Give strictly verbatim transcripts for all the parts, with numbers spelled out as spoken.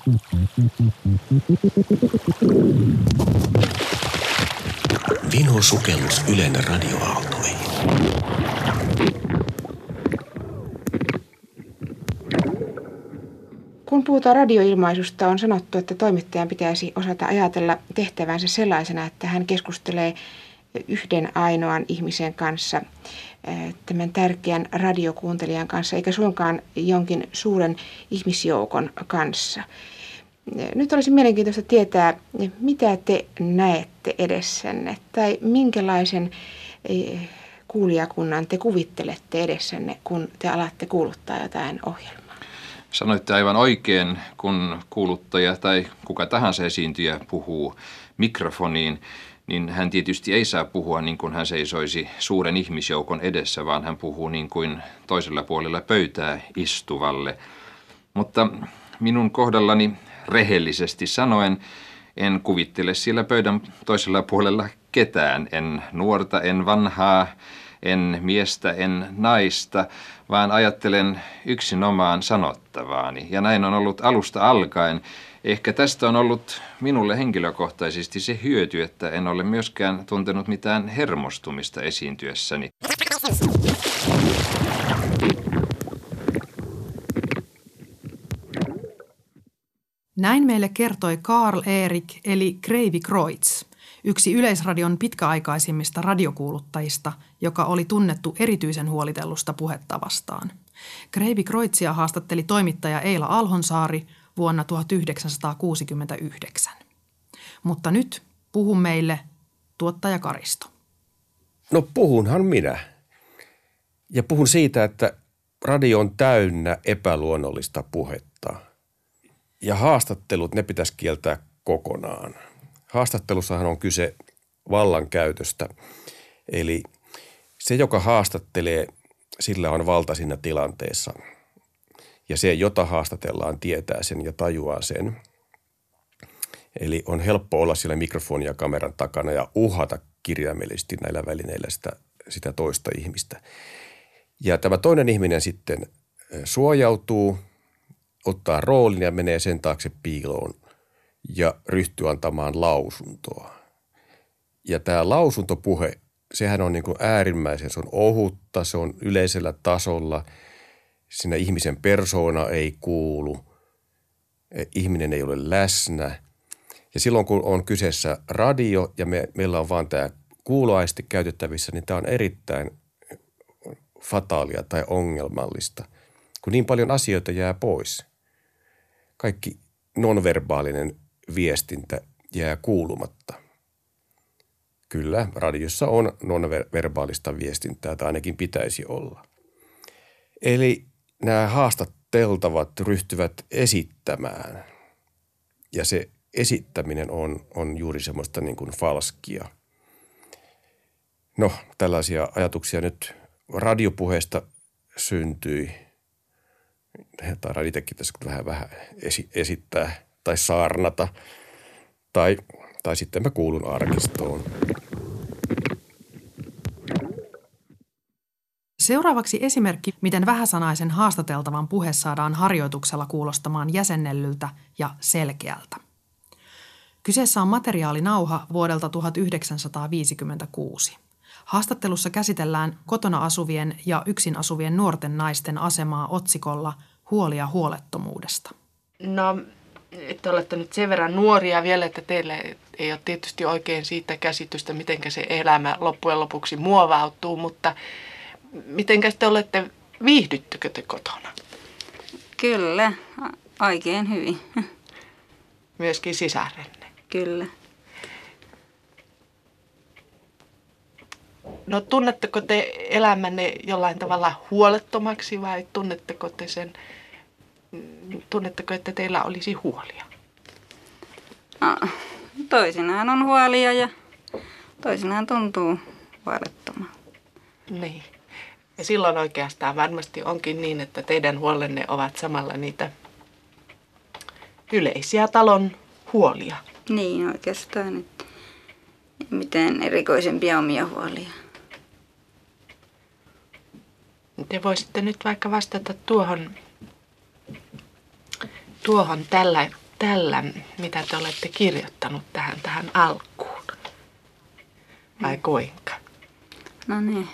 Vinosukellus Ylen radioaaltoihin. Kun puhutaan radioilmaisusta, on sanottu, että toimittajan pitäisi osata ajatella tehtävänsä sellaisena, että hän keskustelee yhden ainoan ihmisen kanssa, tämän tärkeän radiokuuntelijan kanssa, eikä suinkaan jonkin suuren ihmisjoukon kanssa. Nyt olisi mielenkiintoista tietää, mitä te näette edessänne tai minkälaisen kuulijakunnan te kuvittelette edessänne, kun te alatte kuuluttaa jotain ohjelmaa. Sanoitte aivan oikein, kun kuuluttaja tai kuka tahansa esiintyjä puhuu mikrofoniin, niin hän tietysti ei saa puhua niin kuin hän seisoisi suuren ihmisjoukon edessä, vaan hän puhuu niin kuin toisella puolella pöytää istuvalle. Mutta minun kohdallani rehellisesti sanoen en kuvittele siellä pöydän toisella puolella ketään, en nuorta, en vanhaa, en miestä, en naista, vaan ajattelen yksinomaan sanottavaani. Ja näin on ollut alusta alkaen. Ehkä tästä on ollut minulle henkilökohtaisesti se hyöty, että en ole myöskään tuntenut mitään hermostumista esiintyessäni. Näin meille kertoi Carl Erik eli Kreivi Kreutz, yksi Yleisradion pitkäaikaisimmista radiokuuluttajista, joka oli tunnettu erityisen huolitellusta puhettavastaan. Kreivi Kreutzia haastatteli toimittaja Eila Alhonsaari vuonna tuhatyhdeksänsataakuusikymmentäyhdeksän. Mutta nyt puhun meille tuottaja Karisto. No puhunhan minä. Ja puhun siitä, että radio on täynnä epäluonnollista puhetta. Ja haastattelut, ne pitäisi kieltää kokonaan. Haastattelussahan on kyse vallankäytöstä. Eli se, joka haastattelee, sillä on valta siinä tilanteessa. Ja se, jota haastatellaan, tietää sen ja tajuaa sen. Eli on helppo olla siellä mikrofonin ja kameran takana ja uhata kirjaimellisesti näillä välineillä sitä, sitä toista ihmistä. Ja tämä toinen ihminen sitten suojautuu, ottaa roolin ja menee sen taakse piiloon ja ryhtyy antamaan lausuntoa. Ja tämä lausuntopuhe, sehän on niin kuin äärimmäisen, se on ohutta, se on yleisellä tasolla. Siinä ihmisen persoona ei kuulu, ihminen ei ole läsnä. Ja silloin kun on kyseessä radio ja me, meillä on vaan tämä kuuloaisti käytettävissä, niin tämä on erittäin fataalia tai ongelmallista, kun niin paljon asioita jää pois. Kaikki nonverbaalinen viestintä jää kuulumatta. Kyllä, radiossa on nonverbaalista viestintää, tai ainakin pitäisi olla. Eli nämä haastateltavat ryhtyvät esittämään, ja se esittäminen on, on juuri semmoista niin kuin falskia. No, tällaisia ajatuksia nyt radiopuheesta syntyi. Tai itsekin tässä vähän, vähän esi- esittää tai saarnata. Tai, tai sitten mä kuulun arkistoon. Seuraavaksi esimerkki, miten vähäsanaisen haastateltavan puhe saadaan harjoituksella kuulostamaan jäsennellyltä ja selkeältä. Kyseessä on materiaalinauha vuodelta tuhatyhdeksänsataaviisikymmentäkuusi. Haastattelussa käsitellään kotona asuvien ja yksin asuvien nuorten naisten asemaa otsikolla Huolia huolettomuudesta. No, te olette nyt sen verran nuoria vielä, että teillä ei ole tietysti oikein siitä käsitystä, miten se elämä loppujen lopuksi muovautuu, mutta miten te olette, viihdyttekö te kotona? Kyllä, oikein hyvin. Myöskin sisarenne? Kyllä. No tunnetteko te elämänne jollain tavalla huolettomaksi vai tunnetteko te sen, tunnetteko, että teillä olisi huolia? No, toisinaan on huolia ja toisinaan tuntuu huolettomalta. Niin. Ja silloin oikeastaan varmasti onkin niin, että teidän huolenne ovat samalla niitä yleisiä talon huolia. Niin oikeastaan, että mitään erikoisempia omia huolia. Te voisitte nyt vaikka vastata tuohon, tuohon tällä tällä, mitä te olette kirjoittanut tähän, tähän alkuun? Vai kuinka? No niin.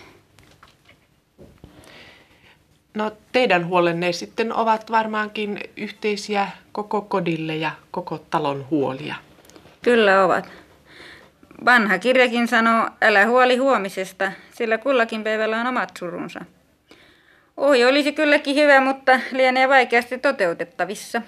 No teidän huolenne sitten ovat varmaankin yhteisiä koko kodille ja koko talon huolia. Kyllä ovat. Vanha kirjakin sanoo, älä huoli huomisesta, sillä kullakin päivällä on omat surunsa. Ohje olisi kylläkin hyvä, mutta lienee vaikeasti toteutettavissa.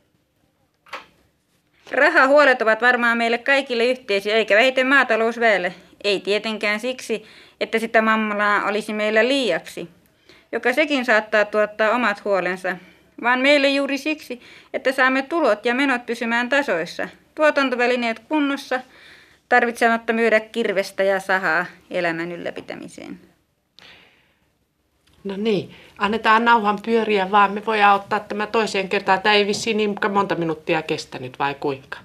Rahahuolet ovat varmaan meille kaikille yhteisiä, eikä vähiten maatalousväelle. Ei tietenkään siksi, että sitä mammalaa olisi meillä liiaksi, joka sekin saattaa tuottaa omat huolensa, vaan meille juuri siksi, että saamme tulot ja menot pysymään tasoissa, tuotantovälineet kunnossa, tarvitsematta myydä kirvestä ja sahaa elämän ylläpitämiseen. No niin, annetaan nauhan pyöriä vaan, me voidaan ottaa tämä toiseen kertaan. Tämä ei vissiin niin monta minuuttia kestänyt vai kuinka?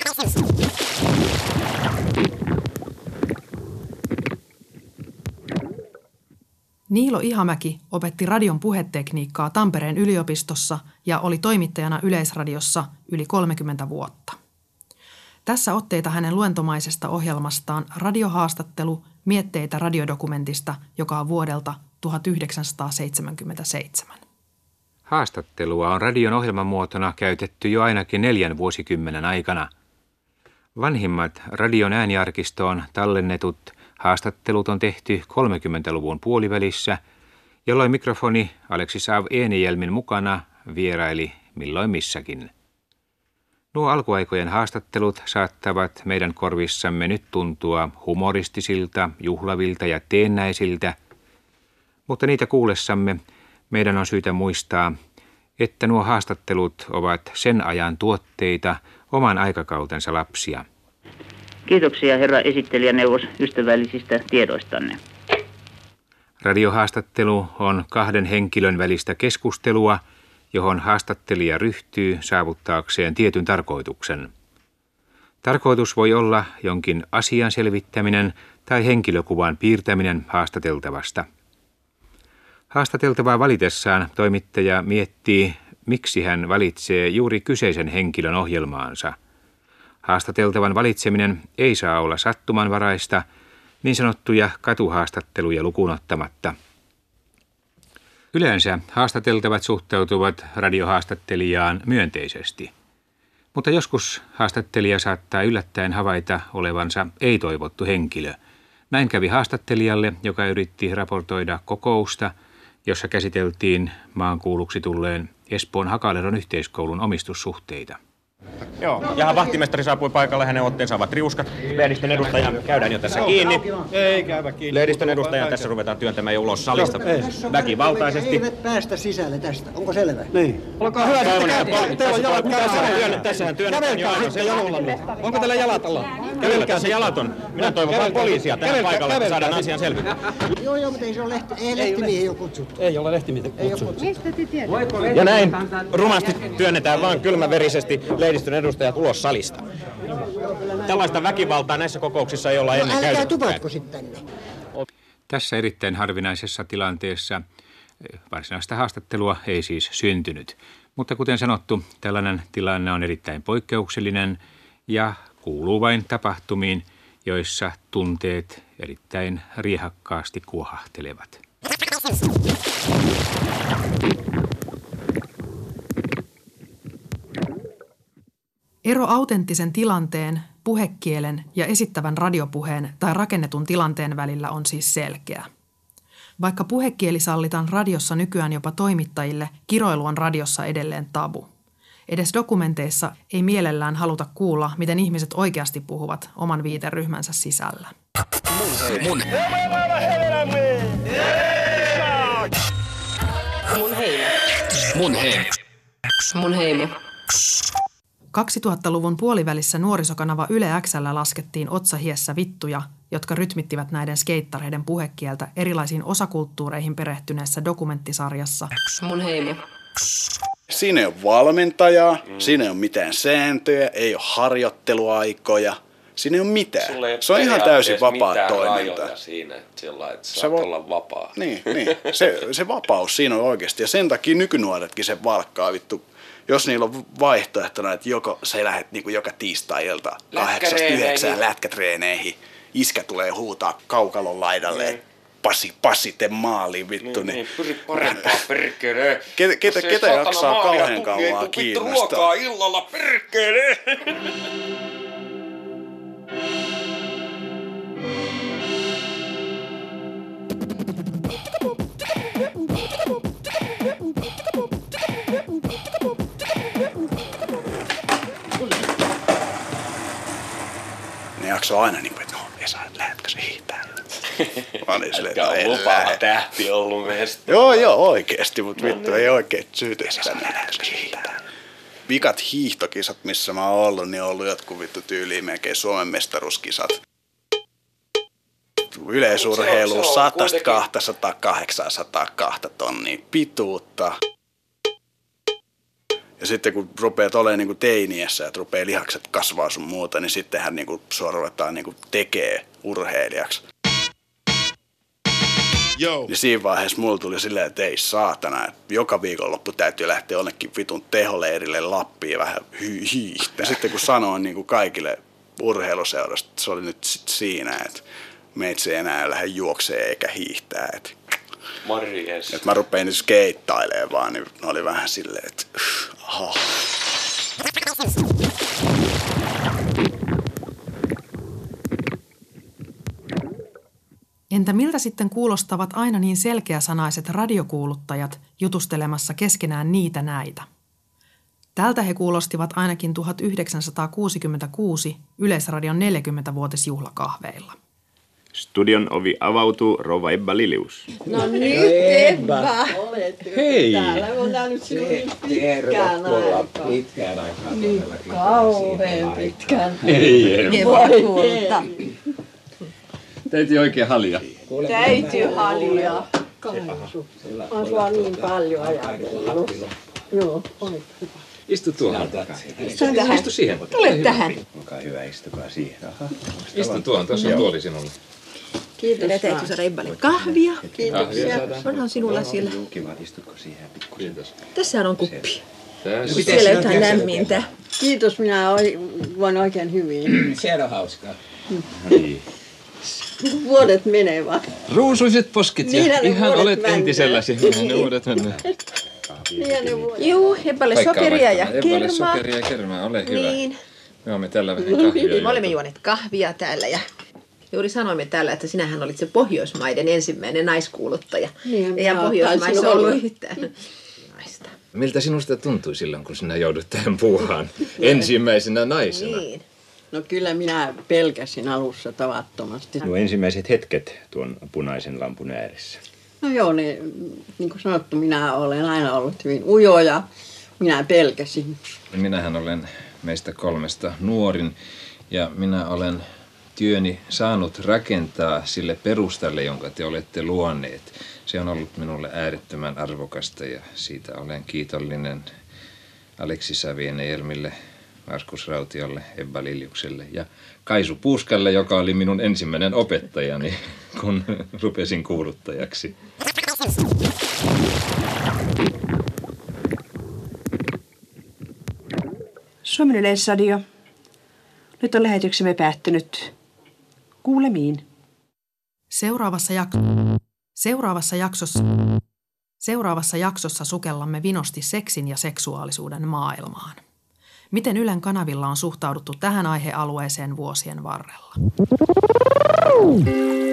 Niilo Ihamäki opetti radion puhetekniikkaa Tampereen yliopistossa ja oli toimittajana Yleisradiossa yli kolmekymmentä vuotta. Tässä otteita hänen luentomaisesta ohjelmastaan Radiohaastattelu, mietteitä radiodokumentista, joka on vuodelta tuhatyhdeksänsataaseitsemänkymmentäseitsemän. Haastattelua on radion ohjelmamuotona käytetty jo ainakin neljän vuosikymmenen aikana. Vanhimmat radion ääniarkistoon tallennetut haastattelut on tehty kolmekymmentäluvun puolivälissä, jolloin mikrofoni Alexis Av-Eenijelmin mukana vieraili milloin missäkin. Nuo alkuaikojen haastattelut saattavat meidän korvissamme nyt tuntua humoristisilta, juhlavilta ja teennäisiltä, mutta niitä kuullessamme meidän on syytä muistaa, että nuo haastattelut ovat sen ajan tuotteita, oman aikakautensa lapsia. Kiitoksia herra esittelijäneuvos ystävällisistä tiedoistanne. Radiohaastattelu on kahden henkilön välistä keskustelua, johon haastattelija ryhtyy saavuttaakseen tietyn tarkoituksen. Tarkoitus voi olla jonkin asian selvittäminen tai henkilökuvan piirtäminen haastateltavasta. Haastateltavaa valitessaan toimittaja miettii, miksi hän valitsee juuri kyseisen henkilön ohjelmaansa. Haastateltavan valitseminen ei saa olla sattumanvaraista, niin sanottuja katuhaastatteluja lukuun ottamatta. Yleensä haastateltavat suhtautuvat radiohaastattelijaan myönteisesti, mutta joskus haastattelija saattaa yllättäen havaita olevansa ei-toivottu henkilö. Näin kävi haastattelijalle, joka yritti raportoida kokousta, jossa käsiteltiin maankuuluksi tulleen Espoon Hakaleron yhteiskoulun omistussuhteita. Joo, ja vahtimestari saapui paikalle, hänen otteensa ovat riuskat. Lehdistön edustaja käydään jo tässä kiinni. Ei käyvä kiinni. Lehdistön edustaja tässä ruvetaan työntämään jo ulos salista väkivaltaisesti. Ei päästä sisälle tästä, onko selvä? Niin. Olkaa hyvä, että teillä on jalat kädessä. Tässähän työnnetään jo aina se jalolla. Onko teillä jalat alla? Kävelkää se jalaton. Minä toivon vain poliisia tähän paikalle, että saadaan asian selvitä. Joo, joo, mutta ei se ole lehti, ei lehtimiehiä ole kutsuttu. Ei ole lehtimiehiä kutsuttu. Ja näin rumasti työnnetään vaan kylmäverisesti lehdistön edustajat ulos salista. Tällaista väkivaltaa näissä kokouksissa ei olla ennen käytetty. Älkää tupatko sitten tänne. Tässä erittäin harvinaisessa tilanteessa varsinaista haastattelua ei siis syntynyt. Mutta kuten sanottu, tällainen tilanne on erittäin poikkeuksellinen ja kuuluu vain tapahtumiin, joissa tunteet erittäin riehakkaasti kuohahtelevat. Ero autenttisen tilanteen, puhekielen ja esittävän radiopuheen tai rakennetun tilanteen välillä on siis selkeä. Vaikka puhekieli sallitaan radiossa nykyään jopa toimittajille, kiroilu on radiossa edelleen tabu. Edes dokumenteissa ei mielellään haluta kuulla, miten ihmiset oikeasti puhuvat oman viiteryhmänsä sisällä. Mun heimo. Mun heimo. Mun heimo. kaksituhattaluvun puolivälissä nuorisokanava Yle X:llä laskettiin otsahiessä vittuja, jotka rytmittivät näiden skeittareiden puhekieltä erilaisiin osakulttuureihin perehtyneessä dokumenttisarjassa. Mun heimo. Siinä ei ole valmentajaa, mm. siinä ei ole mitään sääntöjä, ei ole harjoitteluaikoja. Siinä ei ole mitään. Sulle ei se on ihan täysin vapaa mitään toiminta. rajoja siinä, että sillä että saat vo... olla vapaa. Niin, niin. Se, se vapaus siinä on oikeasti. Ja sen takia nykynuoretkin se valkkaa vittu. Jos niillä on vaihtoehtona, että joko sä lähdet niin kuin joka tiistai-ilta kahdeksasta yhdeksään lätkätreeneihin, iskä tulee huutaa kaukalon laidalle, mm. passi, passite maaliin vittu. Niin, niin, niin pyri parempaa perkele. Ketä, ketä, ketä jaksaa kauhean kauan kiinnostaa? Vittu ruokaa illalla perkele. Ne jaksoi aina niin kuin, että no Esa, lähetkö se hiihtää? Mä olin silleen, että on lupaava tähti ollut meistä. Joo, joo, oikeesti, mutta vittu ei oikein syytä sitä. Lähetkö se hiihtää? Vikat hiihtokisat, missä mä oon ollut, niin on ollut jotkut vittu tyyliin melkein Suomen mestaruuskisat. Yleisurheilu satasta kaksisataa kahdeksansataa tonnia pituutta. Ja sitten kun rupeat olemaan niin kuin teiniässä, että rupeaa lihakset kasvaa sun muuta, niin sittenhän niin kuin sua ruvetaan niin kuin tekee urheilijaksi. Yo. Ja siinä vaiheessa mulla tuli silleen, että ei saatana, että joka viikonloppu täytyy lähteä jonnekin vitun teholeirille Lappiin vähän hiihtää. Ja sitten kun sanoin niin kuin kaikille urheiluseurasta, se oli nyt sit siinä, että meitsi ei enää lähde juokseen eikä hiihtää. Että Morjes. Että mä rupein nyt skeittailemaan vaan, niin oli vähän silleen, että aha. Entä miltä sitten kuulostavat aina niin selkeäsanaiset radiokuuluttajat jutustelemassa keskenään niitä näitä? Tältä he kuulostivat ainakin tuhatyhdeksänsataakuusikymmentäkuusi Yleisradion neljäkymmentävuotisjuhlakahveilla. Studion ovi avautuu, rouva Ebba Lilius. No nyt Ebba. Hei. Täällä me ollaan nyt sinun pitkään aikaan. Pitkään aikaan. Niin kauhean pitkään. Ei Ebba. Täytyy oikein halia. Täytyy halia. On sua niin paljon ajatellut. Joo, oikein. Istu tuohon. Istu tähän. Istu siihen. Tule tähän. Olkaa hyvä, istukaa siihen. Aha. Istu tuohon, tuossa on tuoli sinulle. Kiitos. Täytyy saada Ebballe kahvia. Kiitoksia. Onhan sinulla siellä. Kiva, istutko siihen pikkusen. Tässähän on kuppi. Tässä. Siellä jotain lämmintä. Kiitos, minä voin oikein hyvin. Siellä on hauskaa. Niin. Vuodet menevät. Ruusuiset posket ja Niinhän ne ihan vuodet olet menee. entiselläsi. Niin. Ne vuodet menee. Juu, Ebballe sokeria ja kermaa. Ebballe sokeria ja kermaa, ole hyvä. Niin. Me olemme tällä vähän kahvia. Me olemme juoneet kahvia täällä ja juuri sanoimme täällä, että sinähän olit se Pohjoismaiden ensimmäinen naiskuuluttaja. Niin, ja Pohjoismaissa on ollut yhtään naista. Miltä sinusta tuntui silloin, kun sinä joudut tähän puuhaan ensimmäisenä naisena? Niin. No kyllä minä pelkäsin alussa tavattomasti. Nuo ensimmäiset hetket tuon punaisen lampun ääressä. No joo, ne, niin kuin sanottu, minä olen aina ollut hyvin ujo ja minä pelkäsin. Minähän olen meistä kolmesta nuorin ja minä olen työni saanut rakentaa sille perustalle, jonka te olette luoneet. Se on ollut minulle äärettömän arvokasta ja siitä olen kiitollinen Aleksi Savienelmille, Markus Rautiolle, Ebba Liljukselle ja Kaisu Puuskalle, joka oli minun ensimmäinen opettajani, kun rupesin kuuluttajaksi. Suomen Yleisradio. Nyt on lähetyksemme päättynyt. Kuulemiin. Seuraavassa, jak- Seuraavassa jaksossa... Seuraavassa jaksossa sukellamme vinosti seksin ja seksuaalisuuden maailmaan. Miten Ylen kanavilla on suhtauduttu tähän aihealueeseen vuosien varrella?